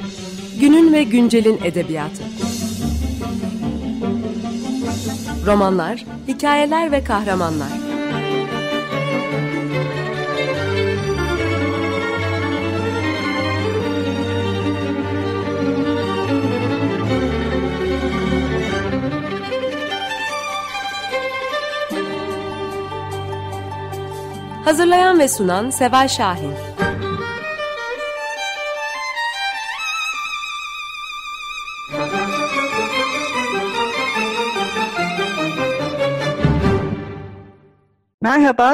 Günün ve güncelin edebiyatı. Romanlar, hikayeler ve kahramanlar. Hazırlayan ve sunan Seval Şahin. Merhaba,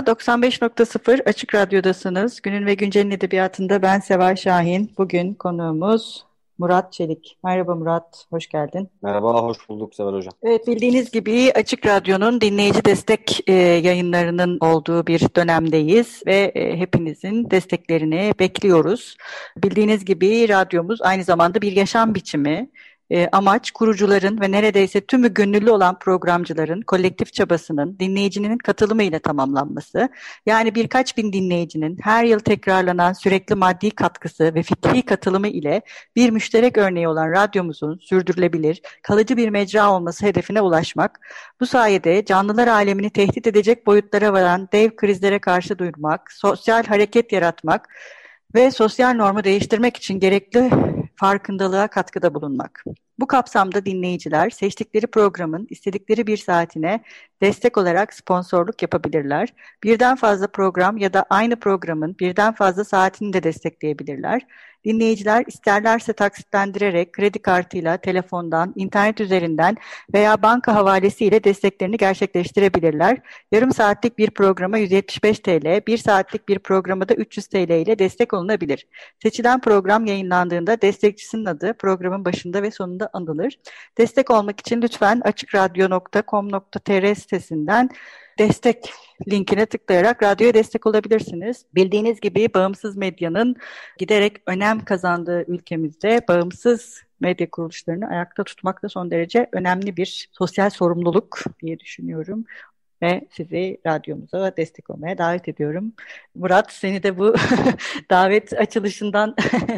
95.0 Açık Radyo'dasınız. Günün ve Güncel'in edebiyatında ben Seval Şahin. Bugün konuğumuz Murat Çelik. Merhaba Murat, hoş geldin. Merhaba, hoş bulduk Seval Hocam. Evet, bildiğiniz gibi Açık Radyo'nun dinleyici destek yayınlarının olduğu bir dönemdeyiz ve hepinizin desteklerini bekliyoruz. Bildiğiniz gibi radyomuz aynı zamanda bir yaşam biçimi. Amaç kurucuların ve neredeyse tümü gönüllü olan programcıların kolektif çabasının dinleyicinin katılımıyla tamamlanması. Yani birkaç bin dinleyicinin her yıl tekrarlanan sürekli maddi katkısı ve fikri katılımı ile bir müşterek örneği olan radyomuzun sürdürülebilir, kalıcı bir mecra olması hedefine ulaşmak. Bu sayede canlılar alemini tehdit edecek boyutlara varan dev krizlere karşı durmak, sosyal hareket yaratmak ve sosyal normu değiştirmek için gerekli farkındalığa katkıda bulunmak. Bu kapsamda dinleyiciler seçtikleri programın istedikleri bir saatine destek olarak sponsorluk yapabilirler. Birden fazla program ya da aynı programın birden fazla saatini de destekleyebilirler. Dinleyiciler isterlerse taksitlendirerek kredi kartıyla, telefondan, internet üzerinden veya banka havalesiyle desteklerini gerçekleştirebilirler. Yarım saatlik bir programa 175 TL, bir saatlik bir programa da 300 TL ile destek olunabilir. Seçilen program yayınlandığında destekçisinin adı programın başında ve sonunda anılır. Destek olmak için lütfen açıkradyo.com.tr sitesinden destek linkine tıklayarak radyoya destek olabilirsiniz. Bildiğiniz gibi bağımsız medyanın giderek önem kazandığı ülkemizde bağımsız medya kuruluşlarını ayakta tutmak da son derece önemli bir sosyal sorumluluk diye düşünüyorum. Ve sizi radyomuza destek olmaya davet ediyorum. Murat, seni de bu davet açılışından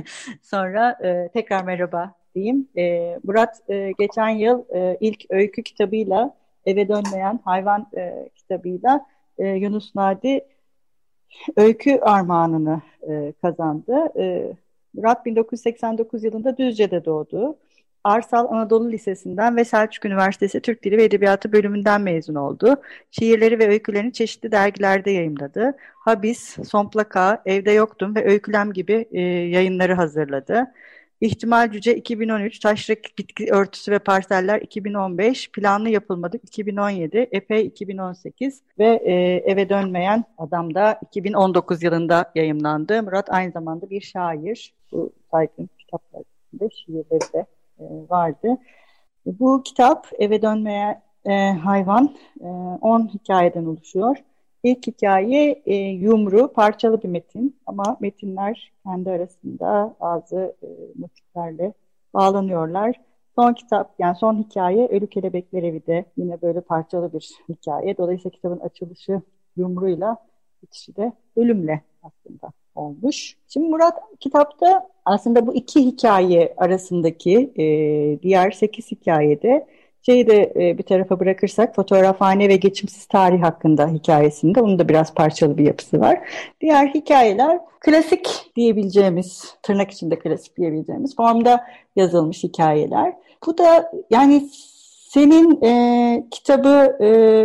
sonra tekrar merhaba diyeyim. Murat geçen yıl ilk öykü kitabıyla Eve Dönmeyen Hayvan kitabıyla Yunus Nadi öykü armağanını kazandı. Murat 1989 yılında Düzce'de doğdu. Arsal Anadolu Lisesi'nden ve Selçuk Üniversitesi Türk Dili ve Edebiyatı bölümünden mezun oldu. Şiirleri ve öykülerini çeşitli dergilerde yayımladı. Habis, Somplaka, Evde Yoktum ve Öykülem gibi yayınları hazırladı. İhtimal Cüce 2013, Taşrak Bitki Örtüsü ve Parseller 2015, Planlı Yapılmadık 2017, Epey 2018 ve Eve Dönmeyen Adam da 2019 yılında yayımlandı. Murat aynı zamanda bir şair. Bu saydığım kitaplarında şiirleri de vardı. Bu kitap Eve Dönmeyen Hayvan 10 hikayeden oluşuyor. İlk hikaye yumru, parçalı bir metin ama metinler kendi arasında bazı motiflerle bağlanıyorlar. Son kitap, yani son hikaye Ölü Kelebekler Evi de yine böyle parçalı bir hikaye. Dolayısıyla kitabın açılışı yumruyla, bitişi de ölümle aslında olmuş. Şimdi Murat kitapta aslında bu iki hikaye arasındaki diğer 8 hikayede şeyi de bir tarafa bırakırsak fotoğrafhane ve geçimsiz tarih hakkında hikayesinde onun da biraz parçalı bir yapısı var. Diğer hikayeler klasik diyebileceğimiz, tırnak içinde klasik diyebileceğimiz formda yazılmış hikayeler. Bu da yani senin kitabı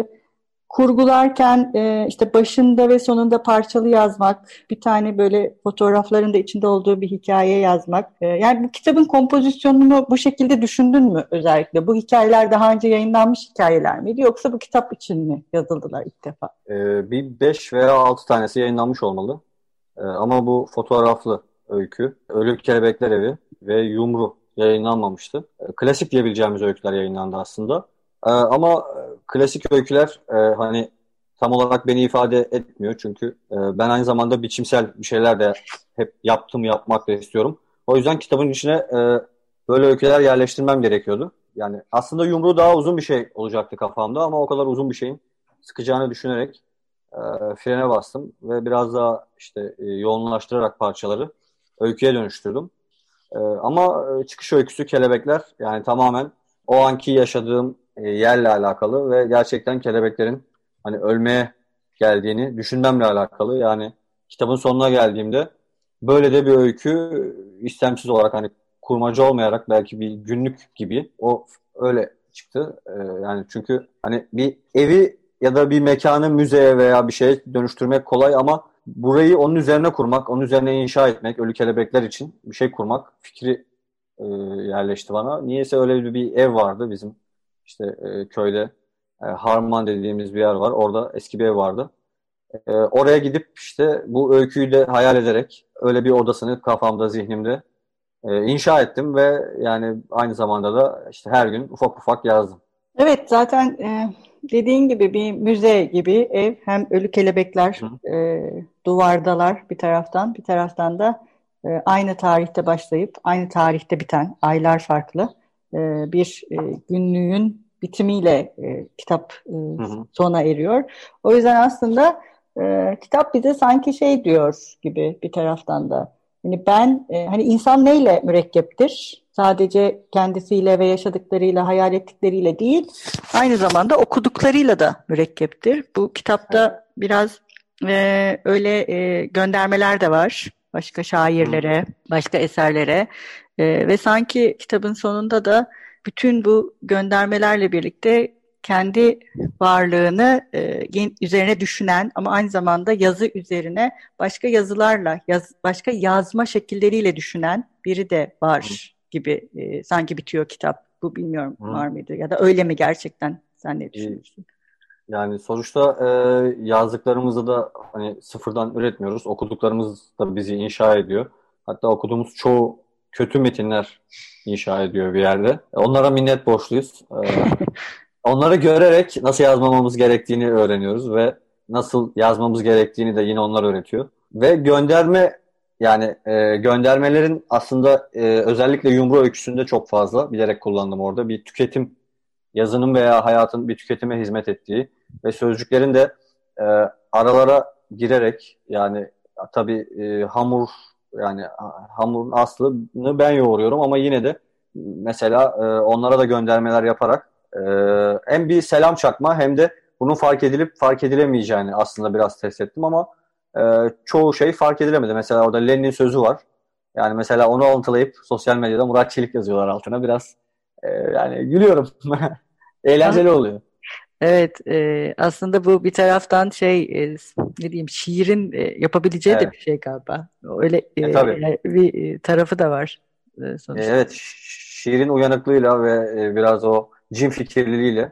kurgularken işte başında ve sonunda parçalı yazmak, bir tane böyle fotoğrafların da içinde olduğu bir hikaye yazmak. Yani bu kitabın kompozisyonunu bu şekilde düşündün mü özellikle? Bu hikayeler daha önce yayınlanmış hikayeler miydi yoksa bu kitap için mi yazıldılar ilk defa? Bir 5 veya 6 tanesi yayınlanmış olmalı. Ama bu fotoğraflı öykü, Ölü Kelebekler Evi ve Yumru yayınlanmamıştı. Klasik diyebileceğimiz öyküler yayınlandı aslında. Ama klasik öyküler hani tam olarak beni ifade etmiyor. Çünkü ben aynı zamanda biçimsel bir şeyler de hep yapmak da istiyorum. O yüzden kitabın içine böyle öyküler yerleştirmem gerekiyordu. Yani aslında Yumru daha uzun bir şey olacaktı kafamda ama o kadar uzun bir şeyin sıkacağını düşünerek frene bastım ve biraz daha işte yoğunlaştırarak parçaları öyküye dönüştürdüm. Ama çıkış öyküsü Kelebekler yani tamamen o anki yaşadığım yerle alakalı ve gerçekten kelebeklerin hani ölmeye geldiğini düşünmemle alakalı. Yani kitabın sonuna geldiğimde böyle de bir öykü istemsiz olarak hani kurmaca olmayarak belki bir günlük gibi o öyle çıktı. Yani çünkü hani bir evi ya da bir mekanı müzeye veya bir şeye dönüştürmek kolay ama burayı onun üzerine kurmak, onun üzerine inşa etmek, ölü kelebekler için bir şey kurmak fikri yerleşti bana. Niyeyse öyle bir ev vardı bizim işte köyde. Harman dediğimiz bir yer var. Orada eski bir ev vardı. Oraya gidip işte bu öyküyü de hayal ederek öyle bir odasını kafamda, zihnimde inşa ettim ve yani aynı zamanda da işte her gün ufak ufak yazdım. Evet, zaten dediğin gibi bir müze gibi ev. Hem ölü kelebekler duvardalar bir taraftan, bir taraftan da aynı tarihte başlayıp aynı tarihte biten, aylar farklı bir günlüğün bitimiyle kitap sona eriyor. O yüzden aslında kitap bize sanki şey diyor gibi bir taraftan da. Yani hani insan neyle mürekkeptir? Sadece kendisiyle ve yaşadıklarıyla, hayal ettikleriyle değil, aynı zamanda okuduklarıyla da mürekkeptir. Bu kitapta biraz öyle göndermeler de var başka şairlere, başka eserlere ve sanki kitabın sonunda da bütün bu göndermelerle birlikte kendi varlığını üzerine düşünen ama aynı zamanda yazı üzerine başka yazılarla, başka yazma şekilleriyle düşünen biri de var gibi sanki bitiyor kitap. Bu bilmiyorum var mıydı ya da öyle mi gerçekten? Sen ne düşünüyorsun? Yani sonuçta yazdıklarımızı da hani sıfırdan üretmiyoruz. Okuduklarımız da bizi inşa ediyor. Hatta okuduğumuz çoğu kötü metinler inşa ediyor bir yerde. Onlara minnet borçluyuz. Onları görerek nasıl yazmamamız gerektiğini öğreniyoruz ve nasıl yazmamız gerektiğini de yine onlar öğretiyor. Ve yani göndermelerin aslında özellikle Yumru öyküsünde çok fazla bilerek kullandım orada. Bir tüketim, yazının veya hayatın bir tüketime hizmet ettiği ve sözcüklerin de aralara girerek yani tabii hamurun aslını ben yoğuruyorum ama yine de mesela onlara da göndermeler yaparak hem bir selam çakma hem de bunun fark edilip fark edilemeyeceğini aslında biraz test ettim ama çoğu şey fark edilemedi. Mesela orada Lenin'in sözü var. Yani mesela onu alıntılayıp sosyal medyada Murat Çelik yazıyorlar altına. Biraz yani gülüyorum. Eğlenceli oluyor. Evet, aslında bu bir taraftan ne diyeyim, şiirin yapabileceği de bir şey galiba. Öyle bir tarafı da var sonuçta. Evet, şiirin uyanıklığıyla ve biraz o cin fikirliliğiyle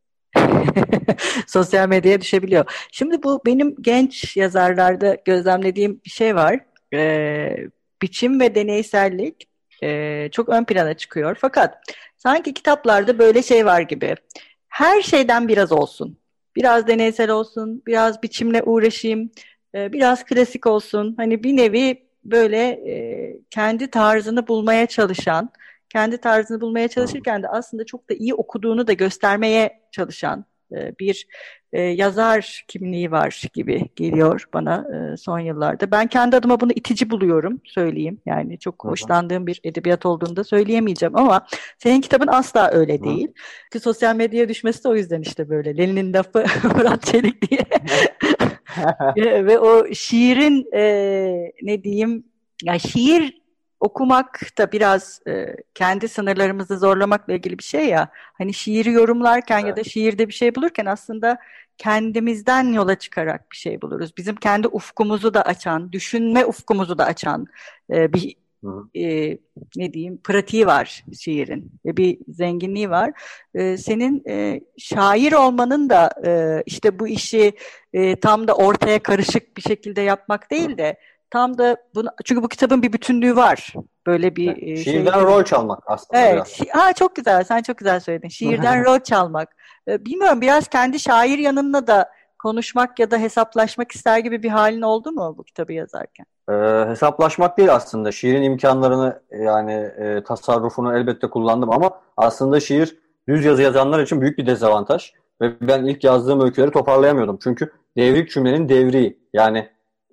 sosyal medyaya düşebiliyor. Şimdi bu benim genç yazarlarda gözlemlediğim bir şey var. Biçim ve deneysellik çok ön plana çıkıyor. Fakat sanki kitaplarda böyle şey var gibi. Her şeyden biraz olsun. Biraz deneysel olsun, biraz biçimle uğraşayım, biraz klasik olsun. Hani bir nevi böyle kendi tarzını bulmaya çalışan, kendi tarzını bulmaya çalışırken de aslında çok da iyi okuduğunu da göstermeye çalışan bir yazar kimliği var gibi geliyor bana son yıllarda. Ben kendi adıma bunu itici buluyorum, söyleyeyim. Yani çok hoşlandığım bir edebiyat olduğunu da söyleyemeyeceğim ama senin kitabın asla öyle değil. Çünkü sosyal medyaya düşmesi de o yüzden işte böyle. Lenin'in lafı Murat Çelik diye. Ve o şiirin ne diyeyim, ya şiir okumak da biraz kendi sınırlarımızı zorlamakla ilgili bir şey ya. Hani şiiri yorumlarken ya da şiirde bir şey bulurken aslında kendimizden yola çıkarak bir şey buluruz. Bizim kendi ufkumuzu da açan, düşünme ufkumuzu da açan bir ne diyeyim, pratiği var şiirin ve bir zenginliği var. Senin şair olmanın da işte bu işi tam da ortaya karışık bir şekilde yapmak değil de tam da bunu, çünkü bu kitabın bir bütünlüğü var. Böyle bir şiirden rol çalmak aslında. Evet. Çok güzel. Sen çok güzel söyledin. Şiirden rol çalmak. Bilmiyorum, biraz kendi şair yanınla da konuşmak ya da hesaplaşmak ister gibi bir halin oldu mu bu kitabı yazarken? Hesaplaşmak değil aslında. Şiirin imkanlarını yani tasarrufunu elbette kullandım ama aslında şiir düz yazı yazanlar için büyük bir dezavantaj. Ve ben ilk yazdığım öyküleri toparlayamıyordum. Çünkü devrik cümlenin devriği. Yani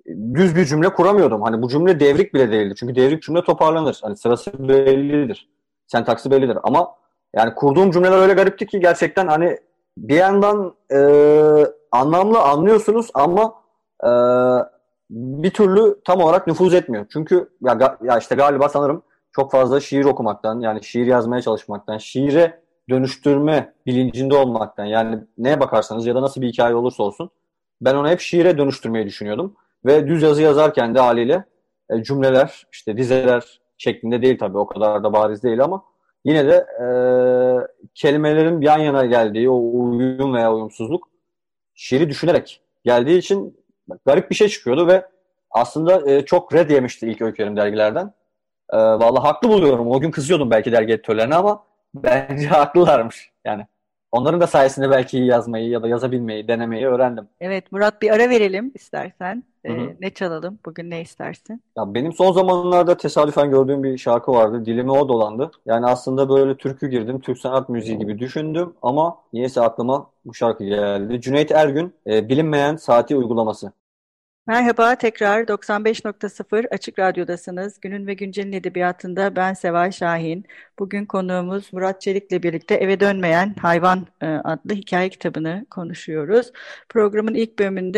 düz bir cümle kuramıyordum. Hani bu cümle devrik bile değildi. Çünkü devrik cümle toparlanır. Hani sırası bellidir. Sentaksi bellidir. Ama yani kurduğum cümleler öyle garipti ki gerçekten hani bir yandan anlamlı anlıyorsunuz ama e, bir türlü tam olarak nüfuz etmiyor. Çünkü ya işte galiba sanırım çok fazla şiir okumaktan, yani şiir yazmaya çalışmaktan, şiire dönüştürme bilincinde olmaktan, yani neye bakarsanız ya da nasıl bir hikaye olursa olsun ben onu hep şiire dönüştürmeyi düşünüyordum. Ve düz yazı yazarken de haliyle cümleler, işte dizeler şeklinde değil tabii, o kadar da bariz değil ama yine de kelimelerin yan yana geldiği o uyum veya uyumsuzluk şiiri düşünerek geldiği için garip bir şey çıkıyordu ve aslında çok red yemişti ilk öykülerim dergilerden. Vallahi haklı buluyorum. O gün kızıyordum belki dergi editörlerine ama bence haklılarmış. Yani onların da sayesinde belki iyi yazmayı ya da yazabilmeyi, denemeyi öğrendim. Evet Murat, bir ara verelim istersen. Hı hı. Ne çalalım? Bugün ne istersin? Ya benim son zamanlarda tesadüfen gördüğüm bir şarkı vardı. Dilime o dolandı. Yani aslında böyle türkü girdim, Türk sanat müziği gibi düşündüm ama niyeyse aklıma bu şarkı geldi. Cüneyt Ergün, Bilinmeyen Saati Uygulaması. Merhaba, tekrar 95.0 Açık Radyo'dasınız. Günün ve Güncel'in edebiyatında ben Seval Şahin. Bugün konuğumuz Murat Çelik'le birlikte Eve Dönmeyen Hayvan adlı hikaye kitabını konuşuyoruz. Programın ilk bölümünde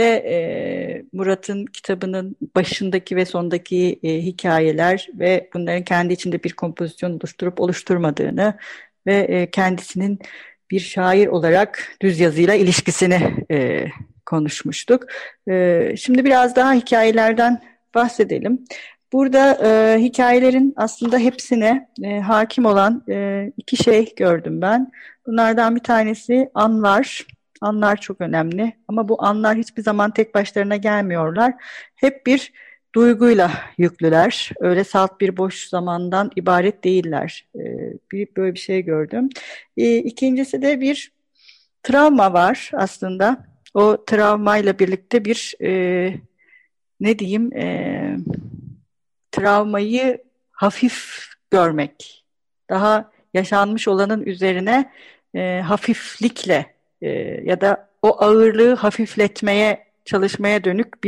Murat'ın kitabının başındaki ve sondaki hikayeler ve bunların kendi içinde bir kompozisyon oluşturup oluşturmadığını ve kendisinin bir şair olarak düz yazıyla ilişkisini konuşmuştuk. Şimdi biraz daha hikayelerden bahsedelim. Burada hikayelerin aslında hepsine hakim olan iki şey gördüm ben. Bunlardan bir tanesi anlar. Anlar çok önemli ama bu anlar hiçbir zaman tek başlarına gelmiyorlar. Hep bir duyguyla yüklüler. Öyle salt bir boş zamandan ibaret değiller. Böyle bir şey gördüm. İkincisi de bir travma var aslında. O travmayla birlikte bir ne diyeyim travmayı hafif görmek. Daha yaşanmış olanın üzerine hafiflikle ya da o ağırlığı hafifletmeye çalışmaya dönük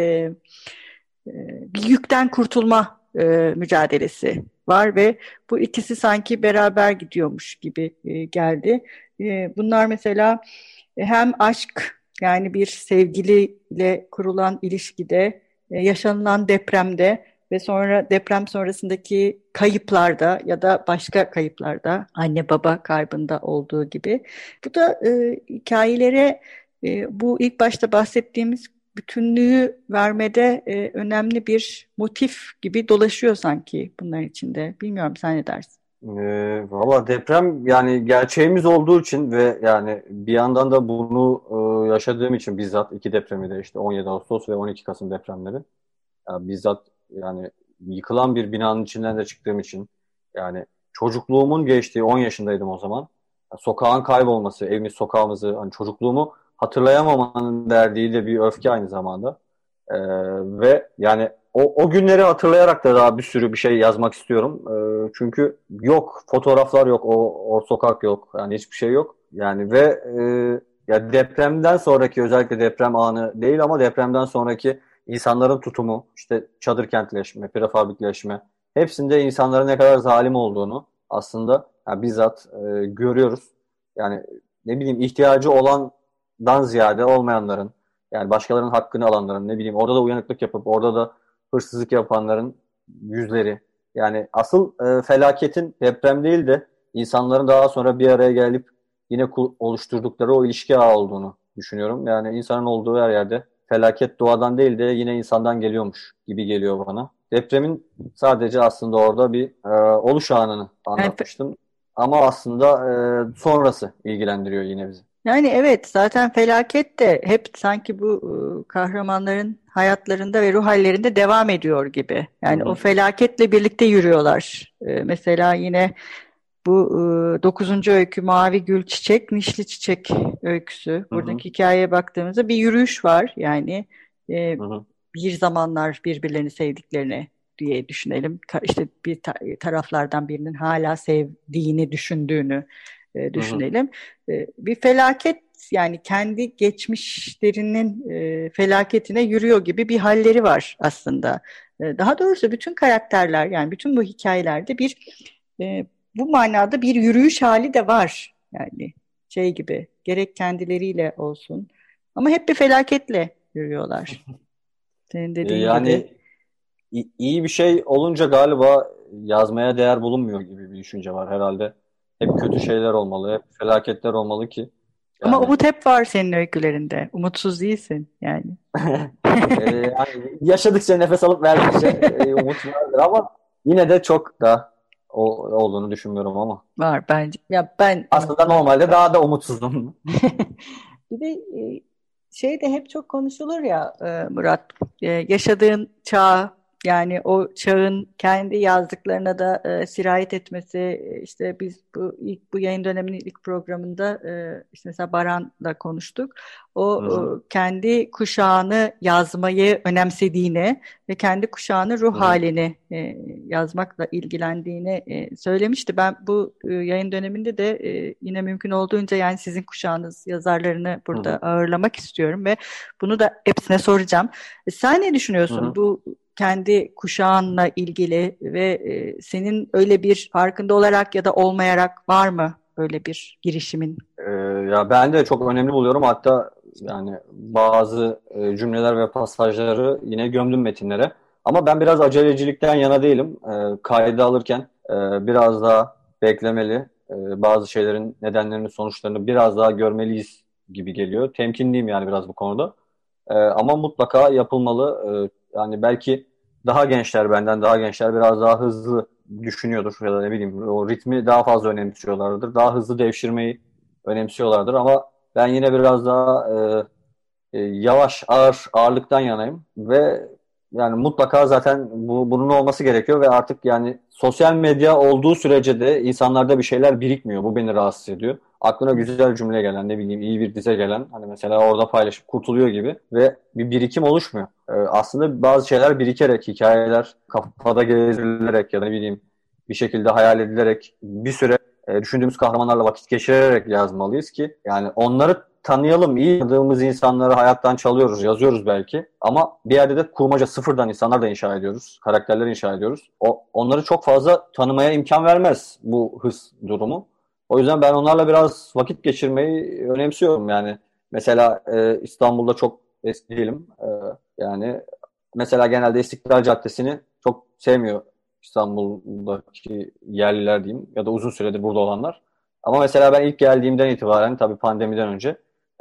bir yükten kurtulma mücadelesi var ve bu ikisi sanki beraber gidiyormuş gibi geldi. Bunlar mesela hem aşk, yani bir sevgiliyle kurulan ilişkide, yaşanılan depremde ve sonra deprem sonrasındaki kayıplarda ya da başka kayıplarda, anne baba kaybında olduğu gibi. Bu da hikayelere bu ilk başta bahsettiğimiz bütünlüğü vermede önemli bir motif gibi dolaşıyor sanki bunların içinde. Bilmiyorum, sen ne dersin? Valla deprem yani gerçeğimiz olduğu için ve yani bir yandan da bunu yaşadığım için, bizzat iki depremi de, işte 17 Ağustos ve 12 Kasım depremleri, yani bizzat yani yıkılan bir binanın içinden de çıktığım için, yani çocukluğumun geçtiği, 10 yaşındaydım o zaman. Sokağın kaybolması, evimiz sokağımızı, hani çocukluğumu hatırlayamamanın derdiği de bir öfke aynı zamanda. Ee, Ve yani o günleri hatırlayarak da daha bir sürü bir şey yazmak istiyorum. Çünkü yok, fotoğraflar yok, o sokak yok, yani hiçbir şey yok. Yani ve ya depremden sonraki, özellikle deprem anı değil ama depremden sonraki insanların tutumu, işte çadır kentleşme, prefabrikleşme, hepsinde insanların ne kadar zalim olduğunu aslında yani bizzat görüyoruz. Yani ne bileyim, ihtiyacı olandan ziyade olmayanların, yani başkalarının hakkını alanların, ne bileyim orada da uyanıklık yapıp orada da hırsızlık yapanların yüzleri. Yani asıl felaketin deprem değil de insanların daha sonra bir araya gelip yine oluşturdukları o ilişki ağı olduğunu düşünüyorum. Yani insanın olduğu her yerde felaket doğadan değil de yine insandan geliyormuş gibi geliyor bana. Depremin sadece aslında orada bir oluş anını anlatmıştım. Ama aslında sonrası ilgilendiriyor yine bizi. Yani evet, zaten felaket de hep sanki bu kahramanların hayatlarında ve ruh hallerinde devam ediyor gibi. Yani o felaketle birlikte yürüyorlar. Mesela yine bu 9. öykü Mavi Gül Çiçek, Nişli Çiçek öyküsü. Buradaki hikayeye baktığımızda bir yürüyüş var. Yani bir zamanlar birbirlerini sevdiklerini diye düşünelim. İşte bir taraflardan birinin hala sevdiğini düşündüğünü düşünelim. Bir felaket yani kendi geçmişlerinin felaketine yürüyor gibi bir halleri var aslında. Daha doğrusu bütün karakterler, yani bütün bu hikayelerde bir bu manada bir yürüyüş hali de var. Yani şey gibi, gerek kendileriyle olsun ama hep bir felaketle yürüyorlar. Senin dediğin Yani gibi. iyi bir şey olunca galiba yazmaya değer bulunmuyor gibi bir düşünce var herhalde. Hep kötü şeyler olmalı, hep felaketler olmalı ki Ama yani. umut hep var senin öykülerinde. Umutsuz değilsin yani. Yani yaşadıkça, nefes alıp verdikçe umut vardır ama yine de çok da olduğunu düşünmüyorum ama. Var bence. Ya ben Aslında normalde daha da umutsuzdum. bir de şey de hep çok konuşulur ya Murat. Yaşadığın çağ, yani o çağın kendi yazdıklarına da sirayet etmesi. İşte biz bu yayın döneminin ilk programında işte mesela Baran'la konuştuk. O Hı hı, kendi kuşağını yazmayı önemsediğini ve kendi kuşağının hı ruh hı, halini yazmakla ilgilendiğini söylemişti. Ben bu yayın döneminde de yine mümkün olduğunca yani sizin kuşağınız yazarlarını hı burada hı, ağırlamak istiyorum ve bunu da hepsine soracağım. Sen ne hı düşünüyorsun hı. bu kendi kuşağınla ilgili ve senin öyle bir farkında olarak ya da olmayarak var mı öyle bir girişimin? Ee, Ya ben de çok önemli buluyorum. Hatta yani bazı cümleler ve pasajları yine gömdüm metinlere. Ama ben biraz acelecilikten yana değilim. Kaydı alırken biraz daha beklemeli. Bazı şeylerin nedenlerini, sonuçlarını biraz daha görmeliyiz gibi geliyor. Temkinliyim yani biraz bu konuda. Ama mutlaka yapılmalı. Yani belki daha gençler, benden daha gençler biraz daha hızlı düşünüyordur ya da ne bileyim o ritmi daha fazla önemsiyorlardır. Daha hızlı devşirmeyi önemsiyorlardır ama ben yine biraz daha yavaş, ağırlıktan yanayım ve yani mutlaka zaten bunun olması gerekiyor ve artık yani sosyal medya olduğu sürece de insanlarda bir şeyler birikmiyor. Bu beni rahatsız ediyor. Aklına güzel cümle gelen, ne bileyim iyi bir dize gelen, hani mesela orada paylaşıp kurtuluyor gibi ve bir birikim oluşmuyor. Aslında bazı şeyler birikerek, hikayeler kafada gezdirilerek ya da ne bileyim bir şekilde hayal edilerek bir süre düşündüğümüz kahramanlarla vakit geçirerek yazmalıyız ki yani onları tanıyalım. İyi tanıdığımız insanları hayattan çalıyoruz, yazıyoruz belki. Ama bir yerde de kurmaca, sıfırdan insanlar da inşa ediyoruz. Karakterler inşa ediyoruz. Onları çok fazla tanımaya imkan vermez bu hız durumu. O yüzden ben onlarla biraz vakit geçirmeyi önemsiyorum. Yani mesela İstanbul'da çok eski değilim. Yani mesela genelde İstiklal Caddesi'ni çok sevmiyor İstanbul'daki yerliler diyeyim ya da uzun süredir burada olanlar. Ama mesela ben ilk geldiğimden itibaren tabii pandemiden önce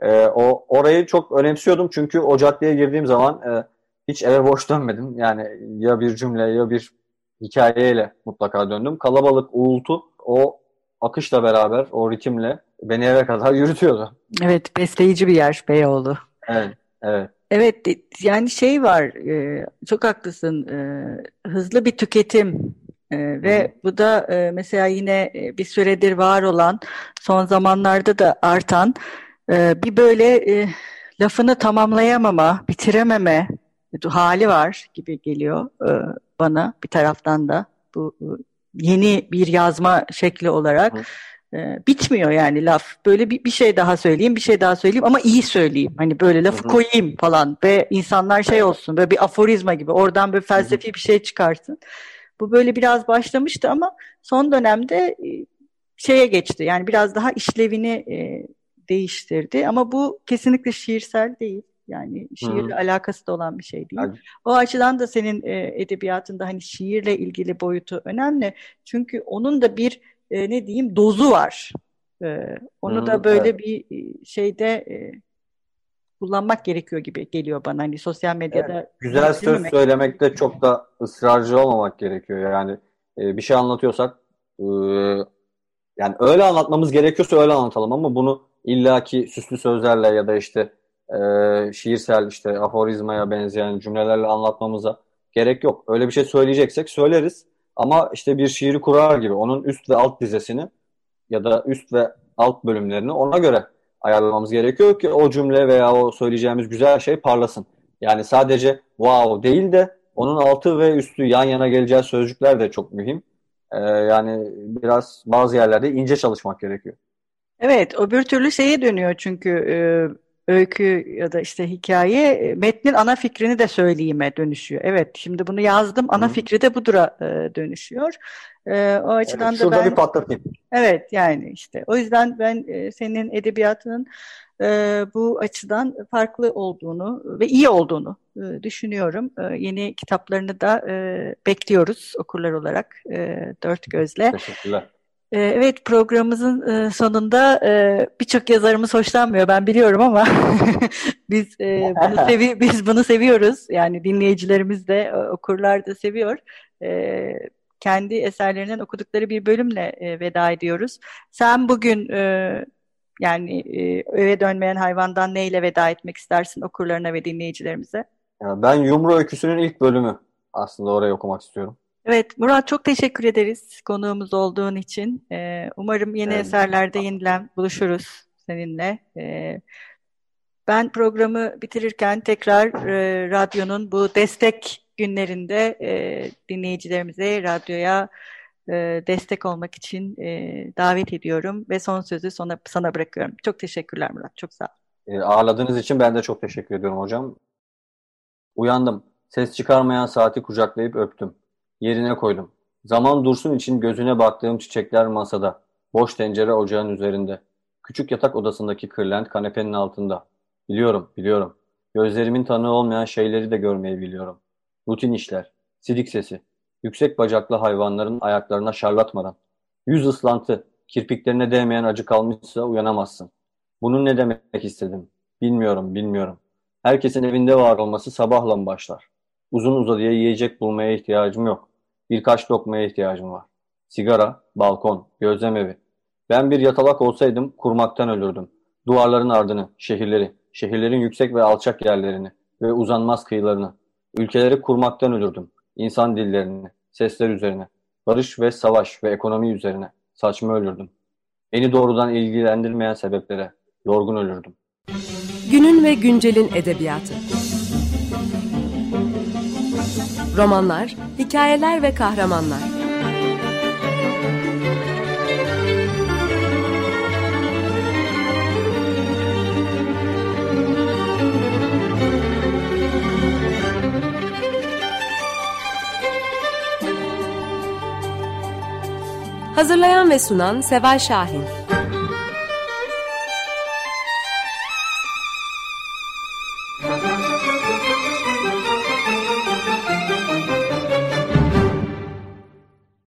orayı çok önemsiyordum çünkü o caddeye girdiğim zaman hiç eve boş dönmedim. Yani ya bir cümle ya bir hikayeyle mutlaka döndüm. Kalabalık, uğultu o akışla beraber, o ritimle beni eve kadar yürütüyordu. Evet, besleyici bir yer Beyoğlu. Evet, evet. Evet, yani şey var, çok haklısın, hızlı bir tüketim Hı hı, ve bu da mesela yine bir süredir var olan, son zamanlarda da artan bir böyle lafını tamamlayamama, bitirememe hali var gibi geliyor bana bir taraftan da bu yeni bir yazma şekli hı olarak. hı, Bitmiyor yani laf. Böyle bir şey daha söyleyeyim, bir şey daha söyleyeyim ama iyi söyleyeyim. Hani böyle hı lafı hı, koyayım falan ve insanlar şey olsun, böyle bir aforizma gibi oradan böyle hı hı. felsefi bir şey çıkarsın. Bu böyle biraz başlamıştı ama son dönemde şeye geçti. Yani biraz daha işlevini değiştirdi ama bu kesinlikle şiirsel değil. Yani Hı şiirle hı. alakası da olan bir şey değil. Yani, O açıdan da senin edebiyatında hani şiirle ilgili boyutu önemli. Çünkü onun da bir ne diyeyim dozu var. hı Onu da hı, böyle evet. bir şeyde kullanmak gerekiyor gibi geliyor bana. Hani sosyal Evet, medyada güzel söz biriktirmemek. söylemekte çok da ısrarcı olmamak gerekiyor. Yani bir şey anlatıyorsak yani öyle anlatmamız gerekiyorsa öyle anlatalım ama bunu illaki süslü sözlerle ya da işte şiirsel işte aforizmaya benzeyen cümlelerle anlatmamıza gerek yok. Öyle bir şey söyleyeceksek söyleriz ama işte bir şiiri kurar gibi onun üst ve alt dizesini ya da üst ve alt bölümlerini ona göre ayarlamamız gerekiyor ki o cümle veya o söyleyeceğimiz güzel şey parlasın. Yani sadece wow değil de onun altı ve üstü yan yana geleceği sözcükler de çok mühim. Yani biraz bazı yerlerde ince çalışmak gerekiyor. Evet, öbür türlü şeye dönüyor çünkü öykü ya da işte hikaye metnin ana fikrini de söyleyime dönüşüyor. Evet, şimdi bunu yazdım, ana Hı. fikri de budura dönüşüyor. O Evet, açıdan da şurada bir ben patlatayım. evet yani işte o yüzden ben senin edebiyatının bu açıdan farklı olduğunu ve iyi olduğunu düşünüyorum. Yeni kitaplarını da bekliyoruz okurlar olarak dört gözle. Teşekkürler. Evet, programımızın sonunda birçok yazarımız hoşlanmıyor, ben biliyorum ama biz bunu seviyoruz. Yani dinleyicilerimiz de okurlar da seviyor. Kendi eserlerinden okudukları bir bölümle veda ediyoruz. Sen bugün yani öve dönmeyen hayvandan neyle veda etmek istersin okurlarına ve dinleyicilerimize? Ya ben Yumru Öyküsü'nün ilk bölümü aslında orayı okumak istiyorum. Evet, Murat, çok teşekkür ederiz konuğumuz olduğun için. Umarım yeni Ee, eserlerde yeniden buluşuruz seninle. Ben programı bitirirken tekrar radyonun bu destek günlerinde dinleyicilerimize radyoya destek olmak için davet ediyorum ve son sözü sana bırakıyorum. Çok teşekkürler Murat, çok sağ ol. Ağırladığınız için ben de çok teşekkür ediyorum hocam. Uyandım. Ses çıkarmayan saati kucaklayıp öptüm. Yerine koydum. Zaman dursun için gözüne baktığım çiçekler masada. Boş tencere ocağın üzerinde. Küçük yatak odasındaki kırlent kanepenin altında. Biliyorum, biliyorum. Gözlerimin tanığı olmayan şeyleri de görmeyi biliyorum. Rutin işler. Sidik sesi. Yüksek bacaklı hayvanların ayaklarına şarlatmadan. Yüz ıslantı. Kirpiklerine değmeyen acı kalmışsa uyanamazsın. Bunun ne demek istedim? Bilmiyorum, bilmiyorum. Herkesin evinde var olması sabahla başlar. Uzun uzadıya yiyecek bulmaya ihtiyacım yok. Birkaç lokmaya ihtiyacım var. Sigara, balkon, gözlem evi. Ben bir yatalak olsaydım kurmaktan ölürdüm. Duvarların ardını, şehirleri, şehirlerin yüksek ve alçak yerlerini ve uzanmaz kıyılarını. Ülkeleri kurmaktan ölürdüm. İnsan dillerini, sesler üzerine. Barış ve savaş ve ekonomi üzerine. Saçma ölürdüm. Beni doğrudan ilgilendirmeyen sebeplere. Yorgun ölürdüm. Günün ve güncelin edebiyatı. Romanlar, hikayeler ve kahramanlar. Hazırlayan ve sunan Seval Şahin.